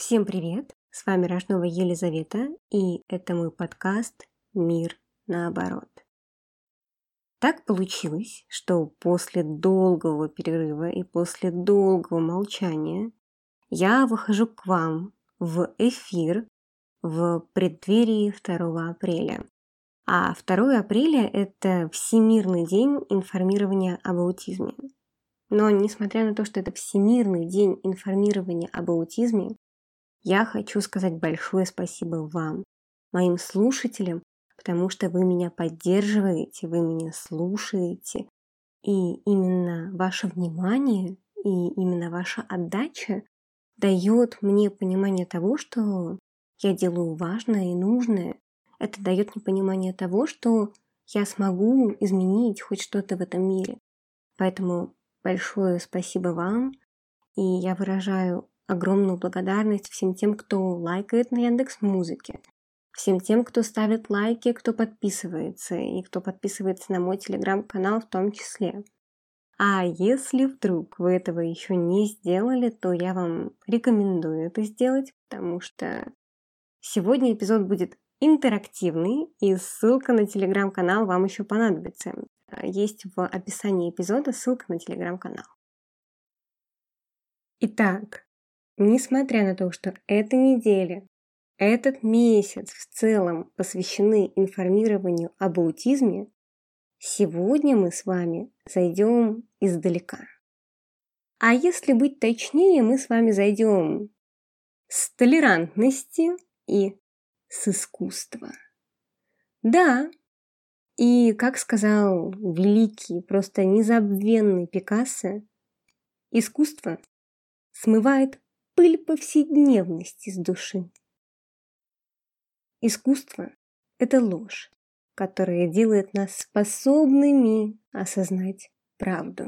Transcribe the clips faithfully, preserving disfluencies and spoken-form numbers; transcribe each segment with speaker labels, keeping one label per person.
Speaker 1: Всем привет! С вами Рожнова Елизавета, и это мой подкаст «Мир наоборот». Так получилось, что после долгого перерыва и после долгого молчания я выхожу к вам в эфир в преддверии второго апреля. А второе апреля – это Всемирный день информирования об аутизме. Но несмотря на то, что это Всемирный день информирования об аутизме, я хочу сказать большое спасибо вам, моим слушателям, потому что вы меня поддерживаете, вы меня слушаете. И именно ваше внимание и именно ваша отдача дает мне понимание того, что я делаю важное и нужное. Это дает мне понимание того, что я смогу изменить хоть что-то в этом мире. Поэтому большое спасибо вам, и я выражаю огромную благодарность всем тем, кто лайкает на Яндекс.Музыке, всем тем, кто ставит лайки, кто подписывается, и кто подписывается на мой телеграм-канал в том числе. А если вдруг вы этого еще не сделали, то я вам рекомендую это сделать, потому что сегодня эпизод будет интерактивный, и ссылка на телеграм-канал вам еще понадобится. Есть в описании эпизода ссылка на телеграм-канал. Итак, несмотря на то, что эта неделя, этот месяц в целом посвящены информированию об аутизме, сегодня мы с вами зайдем издалека. А если быть точнее, мы с вами зайдем с толерантности и с искусства. Да, и как сказал великий, просто незабвенный Пикассо, искусство смывает пыль повседневности с души. Искусство – это ложь, которая делает нас способными осознать правду.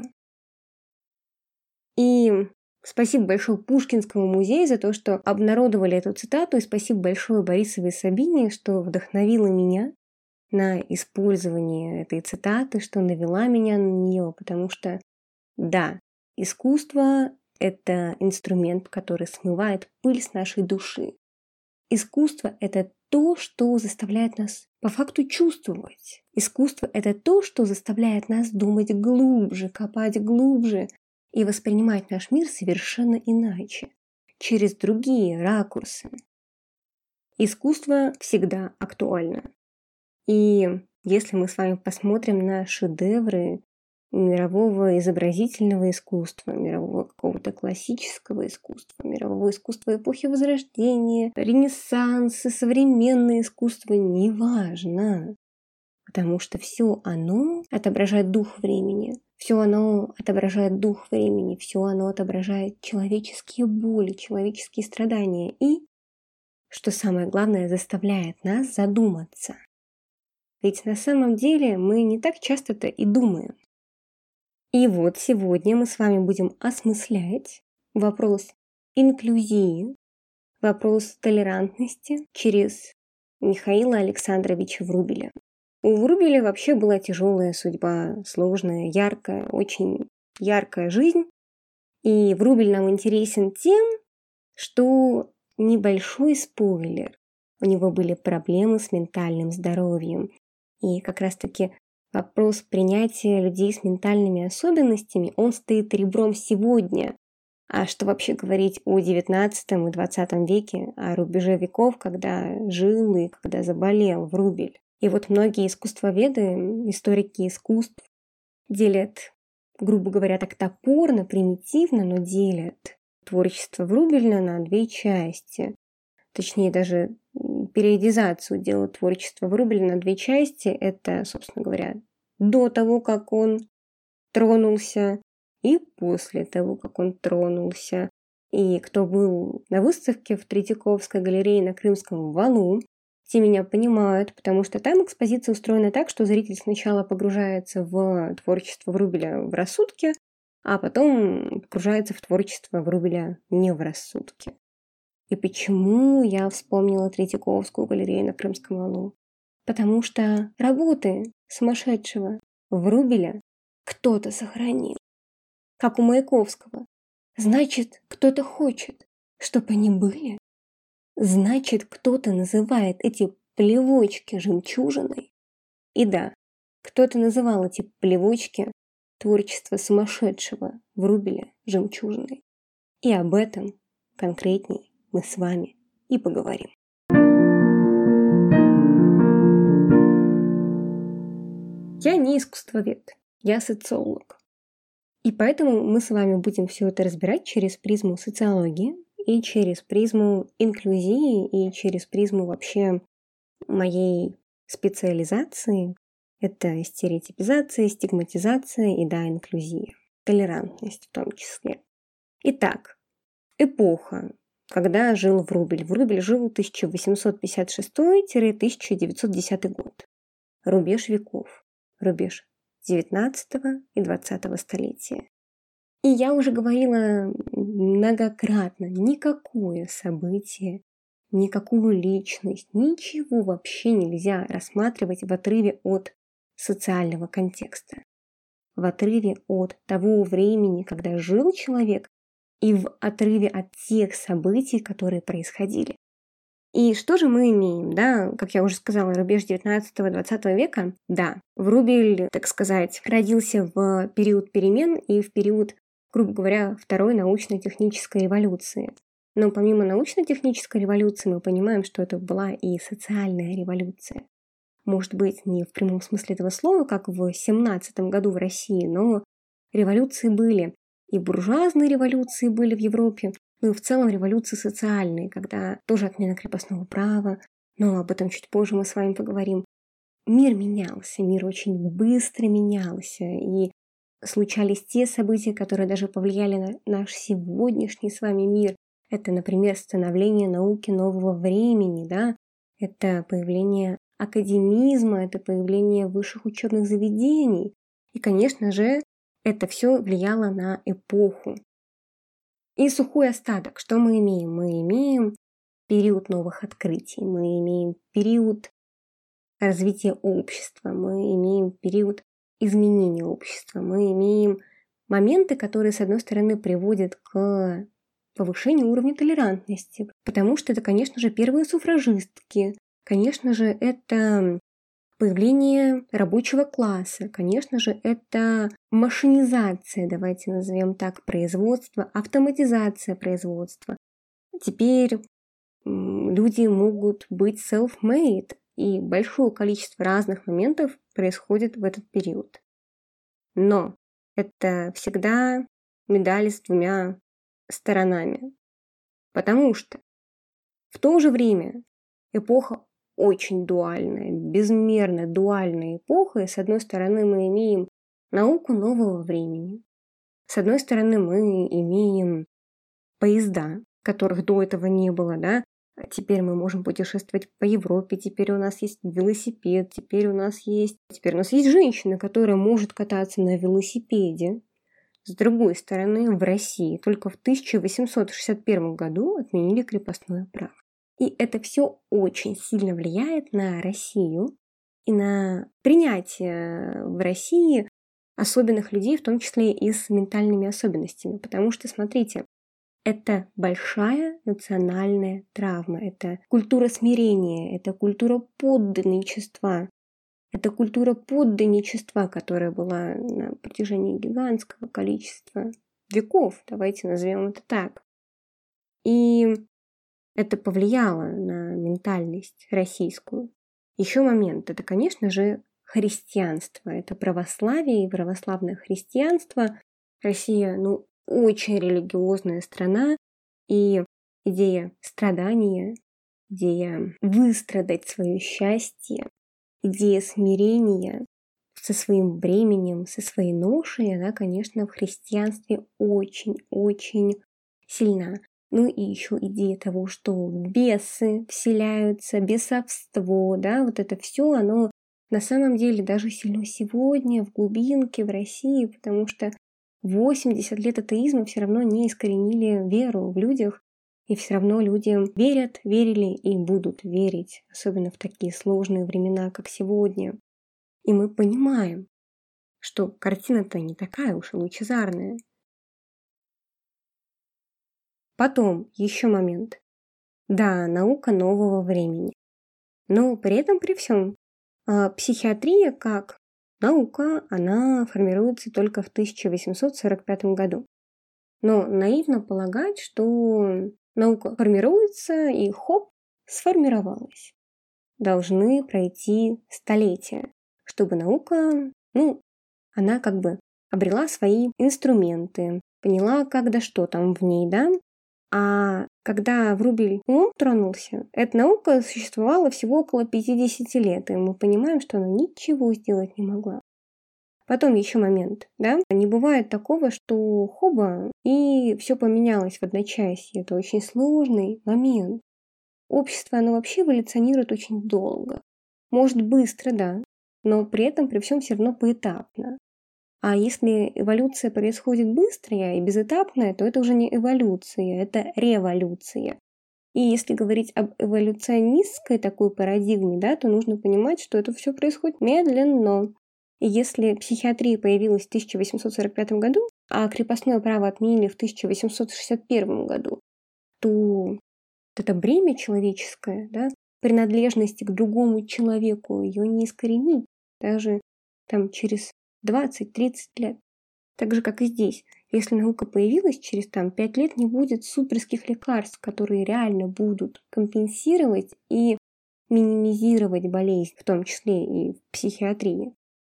Speaker 1: И спасибо большое Пушкинскому музею за то, что обнародовали эту цитату, и спасибо большое Борисовой Сабине, что вдохновила меня на использование этой цитаты, что навела меня на нее, потому что, да, искусство – это инструмент, который смывает пыль с нашей души. Искусство – это то, что заставляет нас по факту чувствовать. Искусство – это то, что заставляет нас думать глубже, копать глубже и воспринимать наш мир совершенно иначе, через другие ракурсы. Искусство всегда актуально. И если мы с вами посмотрим на шедевры мирового изобразительного искусства, мирового какого-то классического искусства, мирового искусства эпохи Возрождения, Ренессанса, современное искусство, неважно. Потому что все оно отображает дух времени, все оно отображает дух времени, все оно отображает человеческие боли, человеческие страдания и, что самое главное, заставляет нас задуматься. Ведь на самом деле мы не так часто-то и думаем. И вот сегодня мы с вами будем осмыслять вопрос инклюзии, вопрос толерантности через Михаила Александровича Врубеля. У Врубеля вообще была тяжелая судьба, сложная, яркая, очень яркая жизнь. И Врубель нам интересен тем, что небольшой спойлер. У него были проблемы с ментальным здоровьем. И как раз-таки вопрос принятия людей с ментальными особенностями, он стоит ребром сегодня. А что вообще говорить о девятнадцатом и двадцатом веке, о рубеже веков, когда жил и когда заболел Врубель. И вот многие искусствоведы, историки искусств делят, грубо говоря, так топорно, примитивно, но делят творчество Врубеля на две части. Точнее, даже периодизацию делают творчество Врубеля на две части. Это, собственно говоря, до того, как он тронулся, и после того, как он тронулся. И кто был на выставке в Третьяковской галерее на Крымском валу, те меня понимают, потому что там экспозиция устроена так, что зритель сначала погружается в творчество Врубеля в рассудке, а потом погружается в творчество Врубеля не в рассудке. И почему я вспомнила Третьяковскую галерею на Крымском валу? Потому что работы сумасшедшего Врубеля кто-то сохранил, как у Маяковского. Значит, кто-то хочет, чтобы они были. Значит, кто-то называет эти плевочки жемчужиной. И да, кто-то называл эти плевочки творчество сумасшедшего Врубеля жемчужиной. И об этом конкретней мы с вами и поговорим. Я не искусствовед, я социолог. И поэтому мы с вами будем все это разбирать через призму социологии и через призму инклюзии и через призму вообще моей специализации. Это стереотипизация, стигматизация и, да, инклюзия, толерантность в том числе. Итак, эпоха, когда жил Врубель. Врубель жил тысяча восемьсот пятьдесят шестой — тысяча девятьсот десятый год. Рубеж веков, рубеж девятнадцатого и двадцатого столетия. И я уже говорила многократно, никакое событие, никакую личность, ничего вообще нельзя рассматривать в отрыве от социального контекста, в отрыве от того времени, когда жил человек, и в отрыве от тех событий, которые происходили. И что же мы имеем, да, как я уже сказала, рубеж девятнадцатого-двадцатого века, да, Врубель, так сказать, родился в период перемен и в период, грубо говоря, второй научно-технической революции. Но помимо научно-технической революции мы понимаем, что это была и социальная революция. Может быть, не в прямом смысле этого слова, как в семнадцатом году в России, но революции были. И буржуазные революции были в Европе, ну и в целом революции социальные, когда тоже отмена крепостного права, но об этом чуть позже мы с вами поговорим. Мир менялся, мир очень быстро менялся, и случались те события, которые даже повлияли на наш сегодняшний с вами мир. Это, например, становление науки нового времени, да, это появление академизма, это появление высших учебных заведений. И, конечно же, это все влияло на эпоху. И сухой остаток. Что мы имеем? Мы имеем период новых открытий, мы имеем период развития общества, мы имеем период изменения общества, мы имеем моменты, которые, с одной стороны, приводят к повышению уровня толерантности, потому что это, конечно же, первые суфражистки, конечно же, это появление рабочего класса, конечно же, это машинизация, давайте назовем так, производства, автоматизация производства. Теперь люди могут быть self-made, и большое количество разных моментов происходит в этот период. Но это всегда медаль с двумя сторонами, потому что в то же время эпоха очень дуальная, безмерно дуальная эпоха. И с одной стороны мы имеем науку нового времени. С одной стороны мы имеем поезда, которых до этого не было, да. Теперь мы можем путешествовать по Европе, теперь у нас есть велосипед, теперь у нас есть, теперь у нас есть женщина, которая может кататься на велосипеде. С другой стороны, в России только в тысяча восемьсот шестьдесят первом году отменили крепостное право. И это все очень сильно влияет на Россию и на принятие в России особенных людей, в том числе и с ментальными особенностями. Потому что, смотрите, это большая национальная травма, это культура смирения, это культура подданничества, это культура подданничества, которая была на протяжении гигантского количества веков, давайте назовем это так. И это повлияло на ментальность российскую. Еще момент, это, конечно же, христианство, это православие и православное христианство. Россия, ну, очень религиозная страна, и идея страдания, идея выстрадать свое счастье, идея смирения со своим бременем, со своей ношей, она, конечно, в христианстве очень-очень сильна. Ну и еще идея того, что бесы вселяются, бесовство, да, вот это все, оно на самом деле даже сильно сегодня в глубинке в России, потому что восемьдесят лет атеизма все равно не искоренили веру в людях, и все равно люди верят, верили и будут верить, особенно в такие сложные времена, как сегодня. И мы понимаем, что картина-то не такая уж и лучезарная. Потом еще момент. Да, наука нового времени. Но при этом, при всем, психиатрия как наука, она формируется только в тысяча восемьсот сорок пятом году. Но наивно полагать, что наука формируется и хоп, сформировалась. Должны пройти столетия, чтобы наука, ну, она как бы обрела свои инструменты, поняла, как да что там в ней, да? А когда Врубель умом тронулся, эта наука существовала всего около пятьдесят лет, и мы понимаем, что она ничего сделать не могла. Потом еще момент, да? Не бывает такого, что хоба, и все поменялось в одночасье. Это очень сложный момент. Общество, оно вообще эволюционирует очень долго. Может, быстро, да, но при этом, при всем все равно поэтапно. А если эволюция происходит быстрая и безэтапная, то это уже не эволюция, это революция. И если говорить об эволюционистской такой парадигме, да, то нужно понимать, что это все происходит медленно. И если психиатрия появилась в тысяча восемьсот сорок пятом году, а крепостное право отменили в тысяча восемьсот шестьдесят первом году, то это бремя человеческое, да, принадлежности к другому человеку, ее не искоренить даже там через двадцать-тридцать лет. Так же, как и здесь. Если наука появилась, через там пять лет не будет суперских лекарств, которые реально будут компенсировать и минимизировать болезнь, в том числе и в психиатрии.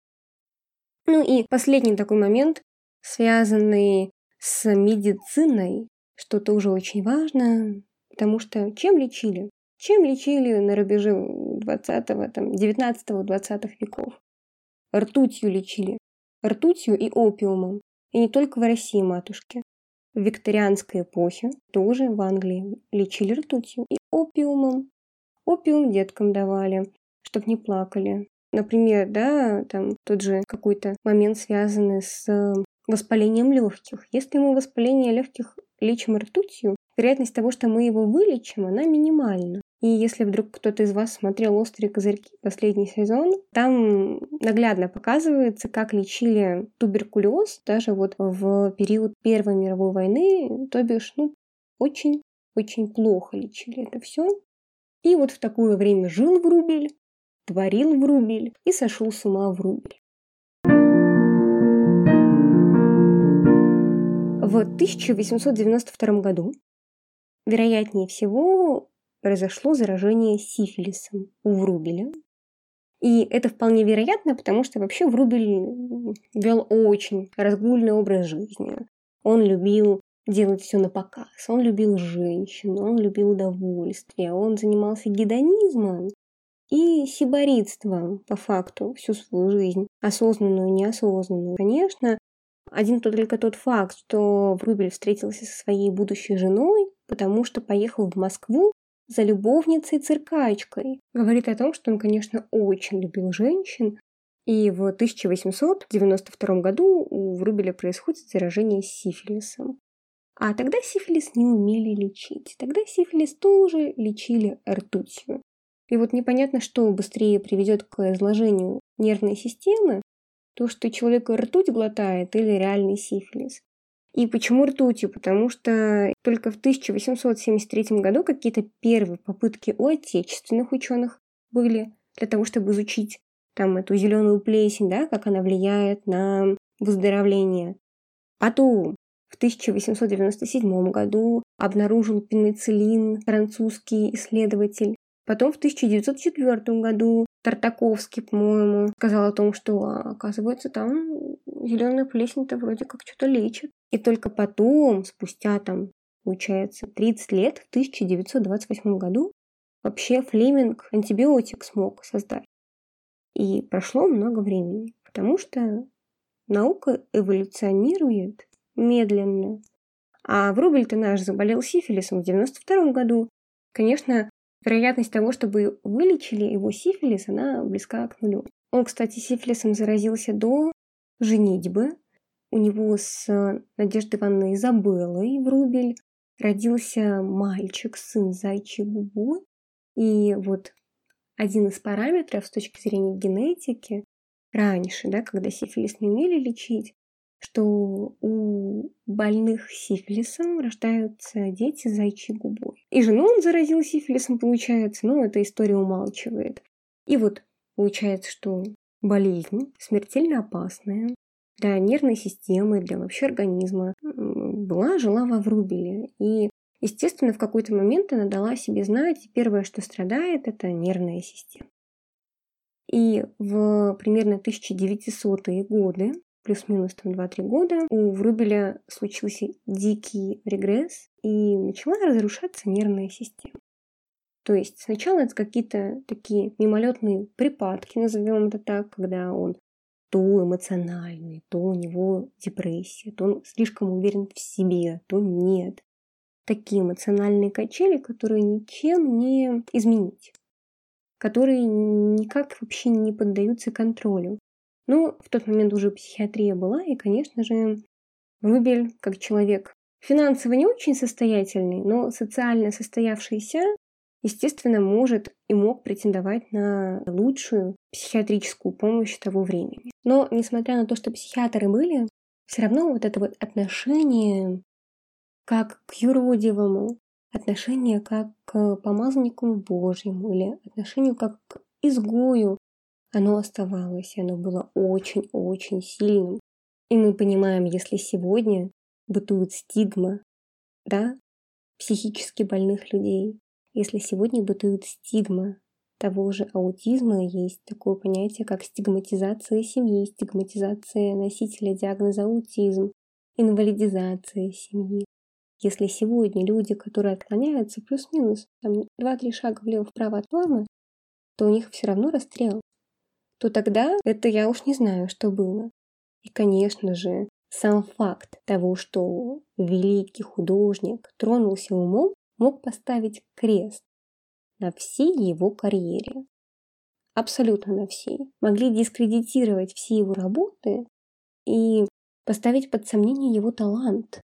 Speaker 1: Ну и последний такой момент, связанный с медициной, что тоже очень важно, потому что чем лечили? Чем лечили на рубеже двадцатого, там, девятнадцатого-двадцатого веков? Ртутью лечили. Ртутью и опиумом. И не только в России, матушки. В викторианской эпохе тоже в Англии лечили ртутью и опиумом. Опиум деткам давали, чтоб не плакали. Например, да, там тот же какой-то момент, связанный с воспалением легких. Если мы воспаление легких лечим ртутью, вероятность того, что мы его вылечим, она минимальна. И если вдруг кто-то из вас смотрел «Острые козырьки» последний сезон, там наглядно показывается, как лечили туберкулез даже вот в период Первой мировой войны, то бишь, ну, очень-очень плохо лечили это все. И вот в такое время жил Врубель, творил Врубель и сошел с ума Врубель. В тысяча восемьсот девяносто втором году, вероятнее всего, произошло заражение сифилисом у Врубеля. И это вполне вероятно, потому что вообще Врубель вел очень разгульный образ жизни. Он любил делать все на показ, он любил женщин, он любил удовольствие, он занимался гедонизмом и сиборитством по факту всю свою жизнь, осознанную и неосознанную. Конечно, один только тот факт, что Врубель встретился со своей будущей женой, потому что поехал в Москву за любовницей-циркачкой, говорит о том, что он, конечно, очень любил женщин. И в тысяча восемьсот девяносто втором году у Врубеля происходит заражение сифилисом. А тогда сифилис не умели лечить. Тогда сифилис тоже лечили ртутью. И вот непонятно, что быстрее приведет к изложению нервной системы, то, что человек ртуть глотает, или реальный сифилис. И почему ртутью? Потому что только в тысяча восемьсот семьдесят третьем году какие-то первые попытки у отечественных ученых были для того, чтобы изучить там эту зеленую плесень, да, как она влияет на выздоровление. Потом в тысяча восемьсот девяносто седьмом году обнаружил пенициллин французский исследователь. Потом в тысяча девятьсот четвёртом году Тартаковский, по-моему, сказал о том, что, оказывается, там зеленая плесень-то вроде как что-то лечит. И только потом, спустя там, получается, тридцать лет, в тысяча девятьсот двадцать восьмом году, вообще Флеминг антибиотик смог создать. И прошло много времени, потому что наука эволюционирует медленно. А Врубель-то наш заболел сифилисом в девяносто втором году. Конечно, вероятность того, чтобы вылечили его сифилис, она близка к нулю. Он, кстати, сифилисом заразился до женитьбы. У него с Надеждой Ивановной Изабеллой Врубель родился мальчик, сын Заячьей Губы. И вот один из параметров с точки зрения генетики раньше, да, когда сифилис не умели лечить, что у больных сифилисом рождаются дети с заячьей губой. И жену он заразил сифилисом, получается, но эта история умалчивает. И вот получается, что болезнь смертельно опасная для нервной системы, для вообще организма была, жила во Врубеле. И, естественно, в какой-то момент она дала себе знать, первое, что страдает, это нервная система. И в примерно тысяча девятисотые годы, плюс-минус там два-три года, у Врубеля случился дикий регресс, и начала разрушаться нервная система. То есть сначала это какие-то такие мимолетные припадки, назовем это так, когда он то эмоциональный, то у него депрессия, то он слишком уверен в себе, то нет. Такие эмоциональные качели, которые ничем не изменить, которые никак вообще не поддаются контролю. Но в тот момент уже психиатрия была, и, конечно же, Врубель, как человек финансово не очень состоятельный, но социально состоявшийся, естественно, может и мог претендовать на лучшую психиатрическую помощь того времени. Но, несмотря на то, что психиатры были, все равно вот это вот отношение как к юродивому, отношение как к помазаннику Божьему или отношению как к изгою, оно оставалось, и оно было очень-очень сильным. И мы понимаем, если сегодня бытует стигма, да, психически больных людей, если сегодня бытует стигма того же аутизма, есть такое понятие, как стигматизация семьи, стигматизация носителя диагноза аутизм, инвалидизация семьи. Если сегодня люди, которые отклоняются плюс-минус там, два-три шага влево-вправо от нормы, то у них все равно расстрел, то тогда это я уж не знаю, что было. И, конечно же, сам факт того, что великий художник тронулся умом, мог поставить крест на всей его карьере. Абсолютно на всей. Могли дискредитировать все его работы и поставить под сомнение его талант.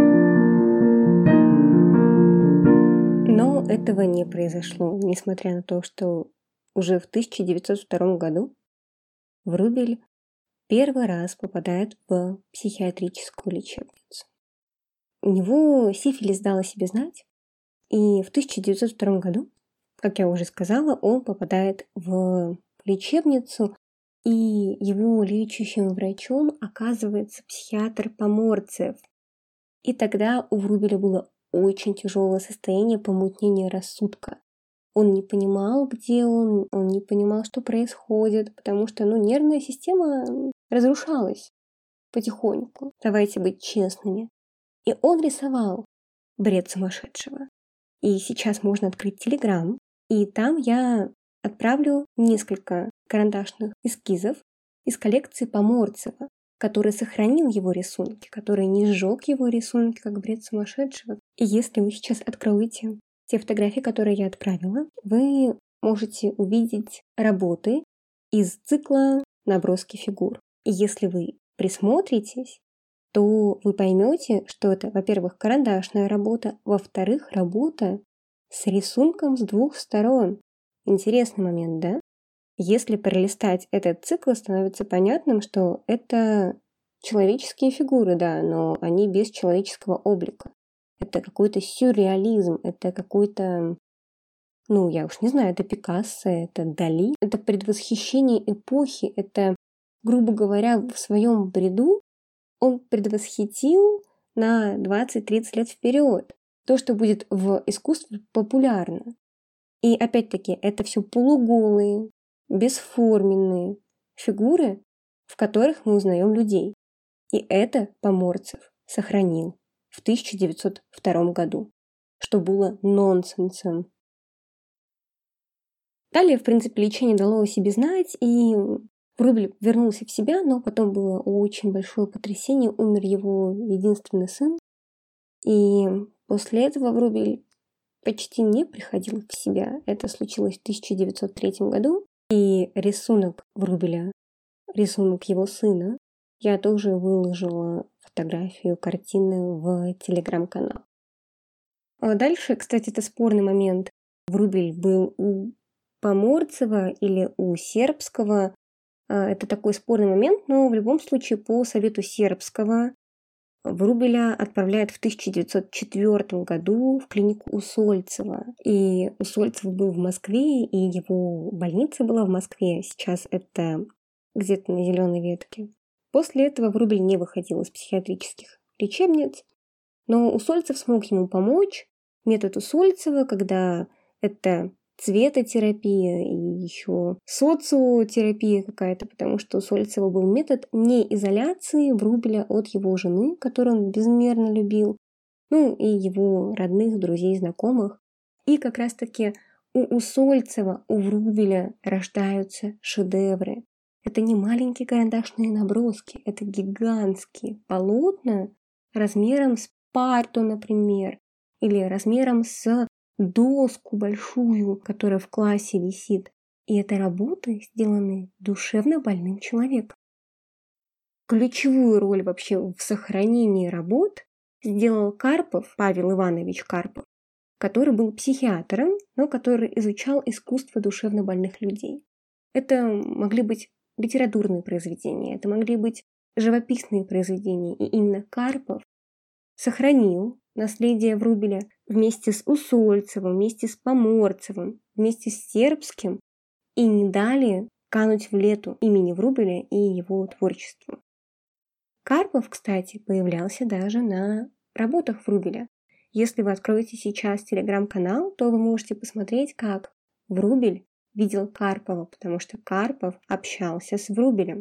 Speaker 1: Но этого не произошло, несмотря на то, что уже в тысяча девятьсот втором году Врубель первый раз попадает в психиатрическую лечебницу. У него сифилис дал о себе знать, и в тысяча девятьсот втором году, как я уже сказала, он попадает в лечебницу, и его лечащим врачом оказывается психиатр Поморцев. И тогда у Врубеля было очень тяжелое состояние помутнения рассудка. Он не понимал, где он, он не понимал, что происходит, потому что ну, нервная система разрушалась потихоньку. Давайте быть честными. И он рисовал бред сумасшедшего. И сейчас можно открыть Телеграм, и там я отправлю несколько карандашных эскизов из коллекции Поморцева, который сохранил его рисунки, который не сжег его рисунки, как бред сумасшедшего. И если вы сейчас откроете те фотографии, которые я отправила, вы можете увидеть работы из цикла «Наброски фигур». И если вы присмотритесь, то вы поймете, что это, во-первых, карандашная работа, во-вторых, работа с рисунком с двух сторон. Интересный момент, да? Если пролистать этот цикл, становится понятным, что это человеческие фигуры, да, но они без человеческого облика. Это какой-то сюрреализм, это какой-то, ну, я уж не знаю, это Пикассо, это Дали, это предвосхищение эпохи, это, грубо говоря, в своем бреду он предвосхитил на двадцать-тридцать лет вперед то, что будет в искусстве популярно. И опять-таки, это все полуголые, бесформенные фигуры, в которых мы узнаем людей. И это Поморцев сохранил в тысяча девятьсот втором году, что было нонсенсом. Далее, в принципе, лечение дало о себе знать, и Врубель вернулся в себя, но потом было очень большое потрясение, умер его единственный сын. И после этого Врубель почти не приходил в себя. Это случилось в тысяча девятьсот третьем году. И рисунок Врубеля, рисунок его сына, я тоже выложила фотографию картины в телеграм-канал. А дальше, кстати, это спорный момент. Врубель был у Поморцева или у Сербского. Это такой спорный момент, но в любом случае по совету Сербского Врубеля отправляют в тысяча девятьсот четвёртом году в клинику Усольцева. И Усольцев был в Москве, и его больница была в Москве. Сейчас это где-то на Зеленой ветке. После этого Врубель не выходил из психиатрических лечебниц, но Усольцев смог ему помочь. Метод Усольцева, когда это цветотерапия и еще социотерапия какая-то, потому что у Усольцева был метод не изоляции Врубеля от его жены, которую он безмерно любил, ну и его родных, друзей, знакомых. И как раз-таки у Усольцева, у Врубеля рождаются шедевры. Это не маленькие карандашные наброски, это гигантские полотна размером с парту, например, или размером с доску большую, которая в классе висит. И это работы, сделанные душевно больным человеком. Ключевую роль вообще в сохранении работ сделал Карпов, Павел Иванович Карпов, который был психиатром, но который изучал искусство душевно больных людей. Это могли быть литературные произведения, это могли быть живописные произведения. И именно Карпов сохранил наследие Врубеля вместе с Усольцевым, вместе с Поморцевым, вместе с Сербским и не дали кануть в лету имени Врубеля и его творчеству. Карпов, кстати, появлялся даже на работах Врубеля. Если вы откроете сейчас телеграм-канал, то вы можете посмотреть, как Врубель видел Карпова, потому что Карпов общался с Врубелем.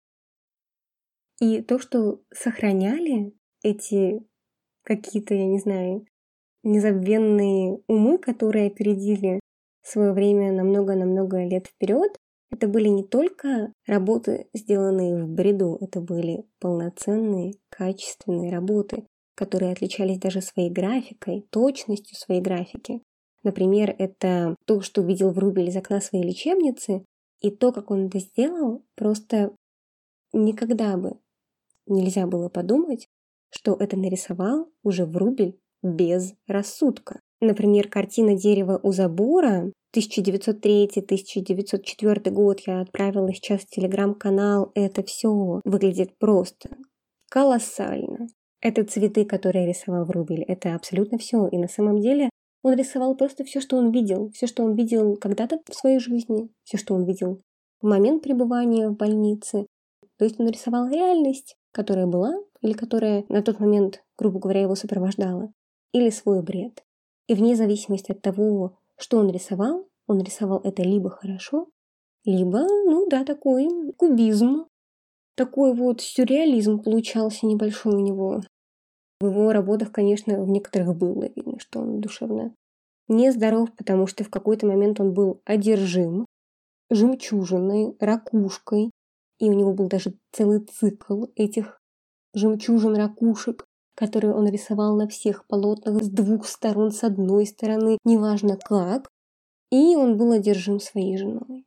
Speaker 1: И то, что сохраняли эти какие-то, я не знаю, незабвенные умы, которые опередили свое время на много-намного лет вперед, это были не только работы, сделанные в бреду, это были полноценные, качественные работы, которые отличались даже своей графикой, точностью своей графики. Например, это то, что видел Врубель из окна своей лечебницы, и то, как он это сделал, просто никогда бы нельзя было подумать, что это нарисовал уже Врубель без рассудка. Например, картина «Дерево у забора» тысяча девятьсот третий — тысяча девятьсот четвёртый год, я отправила сейчас в телеграм-канал, это все выглядит просто колоссально. Это цветы, которые рисовал Врубель, это абсолютно все. И на самом деле он рисовал просто все, что он видел, все, что он видел когда-то в своей жизни, все, что он видел в момент пребывания в больнице. То есть он рисовал реальность, которая была, или которая на тот момент, грубо говоря, его сопровождала, или свой бред. И вне зависимости от того, что он рисовал, он рисовал это либо хорошо, либо, ну да, такой кубизм, такой вот сюрреализм получался небольшой у него. В его работах, конечно, в некоторых было видно, что он душевно нездоров, потому что в какой-то момент он был одержим жемчужиной, ракушкой, и у него был даже целый цикл этих жемчужин, ракушек, которые он рисовал на всех полотнах с двух сторон, с одной стороны, неважно как. И он был одержим своей женой.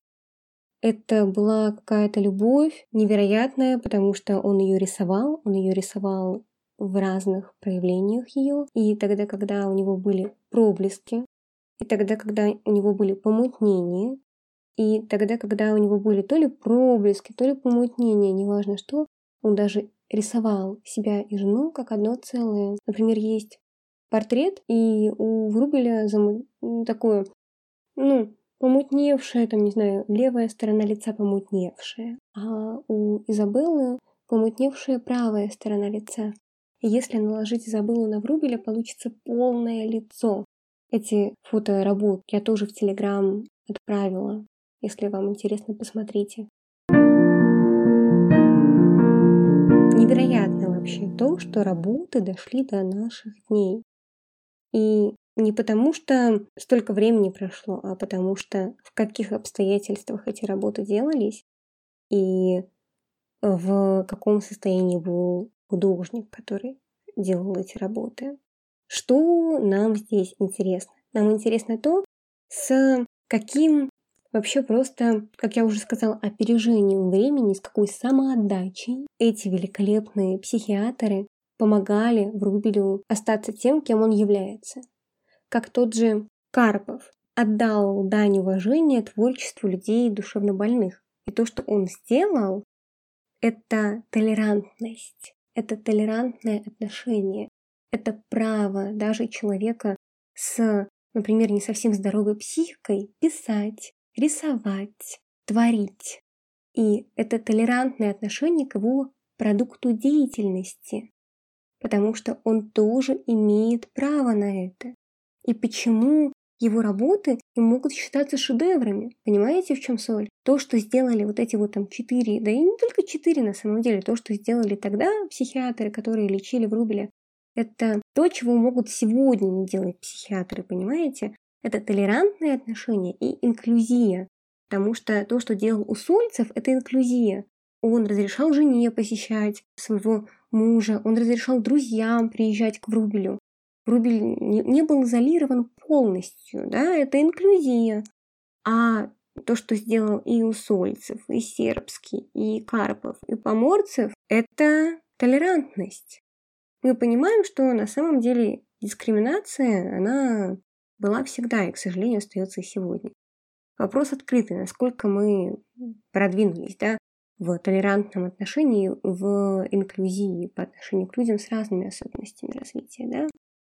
Speaker 1: Это была какая-то любовь невероятная, потому что он ее рисовал, он ее рисовал в разных проявлениях ее. И тогда, когда у него были проблески, и тогда, когда у него были помутнения, и тогда, когда у него были то ли проблески, то ли помутнения, неважно что, он даже рисовал себя и жену как одно целое. Например, есть портрет, и у Врубеля заму... такое, ну, помутневшая, там, не знаю, левая сторона лица помутневшая, а у Изабеллы помутневшая правая сторона лица. И если наложить Изабеллу на Врубеля, получится полное лицо. Эти фоторабот я тоже в Телеграм отправила. Если вам интересно, посмотрите. Невероятно вообще то, что работы дошли до наших дней. И не потому, что столько времени прошло, а потому что в каких обстоятельствах эти работы делались и в каком состоянии был художник, который делал эти работы. Что нам здесь интересно? Нам интересно то, с каким вообще просто, как я уже сказала, опережением времени, с какой самоотдачей эти великолепные психиатры помогали Врубелю остаться тем, кем он является. Как тот же Карпов отдал дань уважения творчеству людей душевнобольных. И то, что он сделал, это толерантность, это толерантное отношение, это право даже человека с, например, не совсем здоровой психикой писать, рисовать, творить. И это толерантное отношение к его продукту деятельности, потому что он тоже имеет право на это. И почему его работы не могут считаться шедеврами? Понимаете, в чем соль? То, что сделали вот эти вот там четыре, да и не только четыре на самом деле, то, что сделали тогда психиатры, которые лечили Врубеля, это то, чего могут сегодня не делать психиатры, понимаете? Это толерантное отношение и инклюзия. Потому что то, что делал Усольцев, это инклюзия. Он разрешал жене посещать своего мужа, он разрешал друзьям приезжать к Врубелю. Врубель не, не был изолирован полностью, да, это инклюзия. А то, что сделал и Усольцев, и Сербский, и Карпов, и Поморцев, это толерантность. Мы понимаем, что на самом деле дискриминация, она была всегда и, к сожалению, остается и сегодня. Вопрос открытый, насколько мы продвинулись, да, в толерантном отношении, в инклюзии по отношению к людям с разными особенностями развития, да.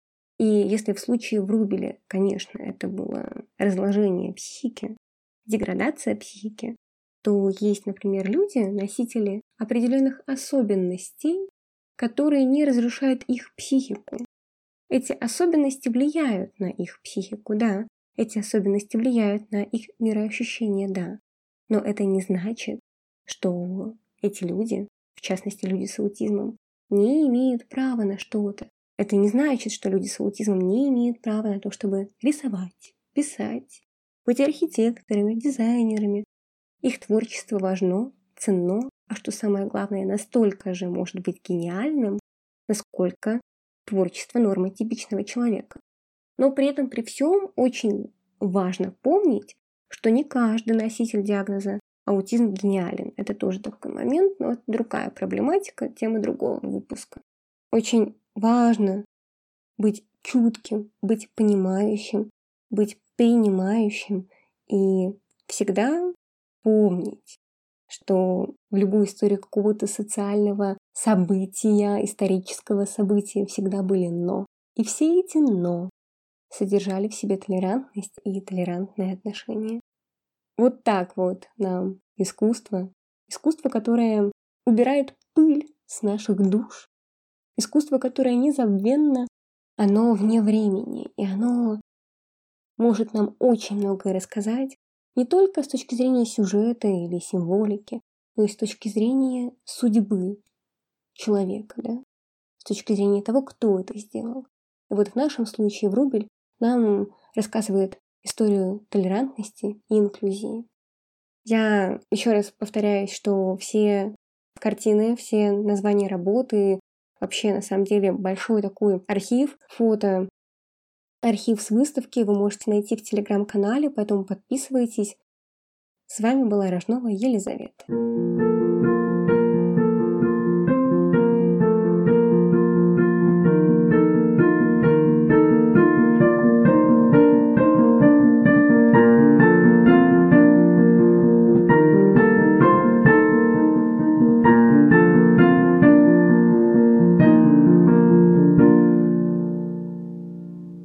Speaker 1: И если в случае Врубеля, конечно, это было разложение психики, деградация психики, то есть, например, люди, носители определенных особенностей, которые не разрушают их психику. Эти особенности влияют на их психику, да. Эти особенности влияют на их мироощущение, да. Но это не значит, что эти люди, в частности люди с аутизмом, не имеют права на что-то. Это не значит, что люди с аутизмом не имеют права на то, чтобы рисовать, писать, быть архитекторами, дизайнерами. Их творчество важно, ценно, а что самое главное, настолько же может быть гениальным, насколько творчество нормотипичного человека. Но при этом, при всем, очень важно помнить, что не каждый носитель диагноза аутизм гениален. Это тоже такой момент, но это другая проблематика, тема другого выпуска. Очень важно быть чутким, быть понимающим, быть принимающим и всегда помнить, что в любую историю какого-то социального события, исторического события всегда были «но». И все эти «но» содержали в себе толерантность и толерантное отношение. Вот так вот нам искусство. Искусство, которое убирает пыль с наших душ. Искусство, которое незабвенно, оно вне времени, и оно может нам очень многое рассказать, не только с точки зрения сюжета или символики, но и с точки зрения судьбы человека, да? С точки зрения того, кто это сделал. И вот в нашем случае Врубель нам рассказывает историю толерантности и инклюзии. Я еще раз повторяюсь, что все картины, все названия работы, вообще на самом деле большой такой архив, фото, архив с выставки вы можете найти в телеграм-канале, поэтому подписывайтесь. С вами была Рожнова Елизавета.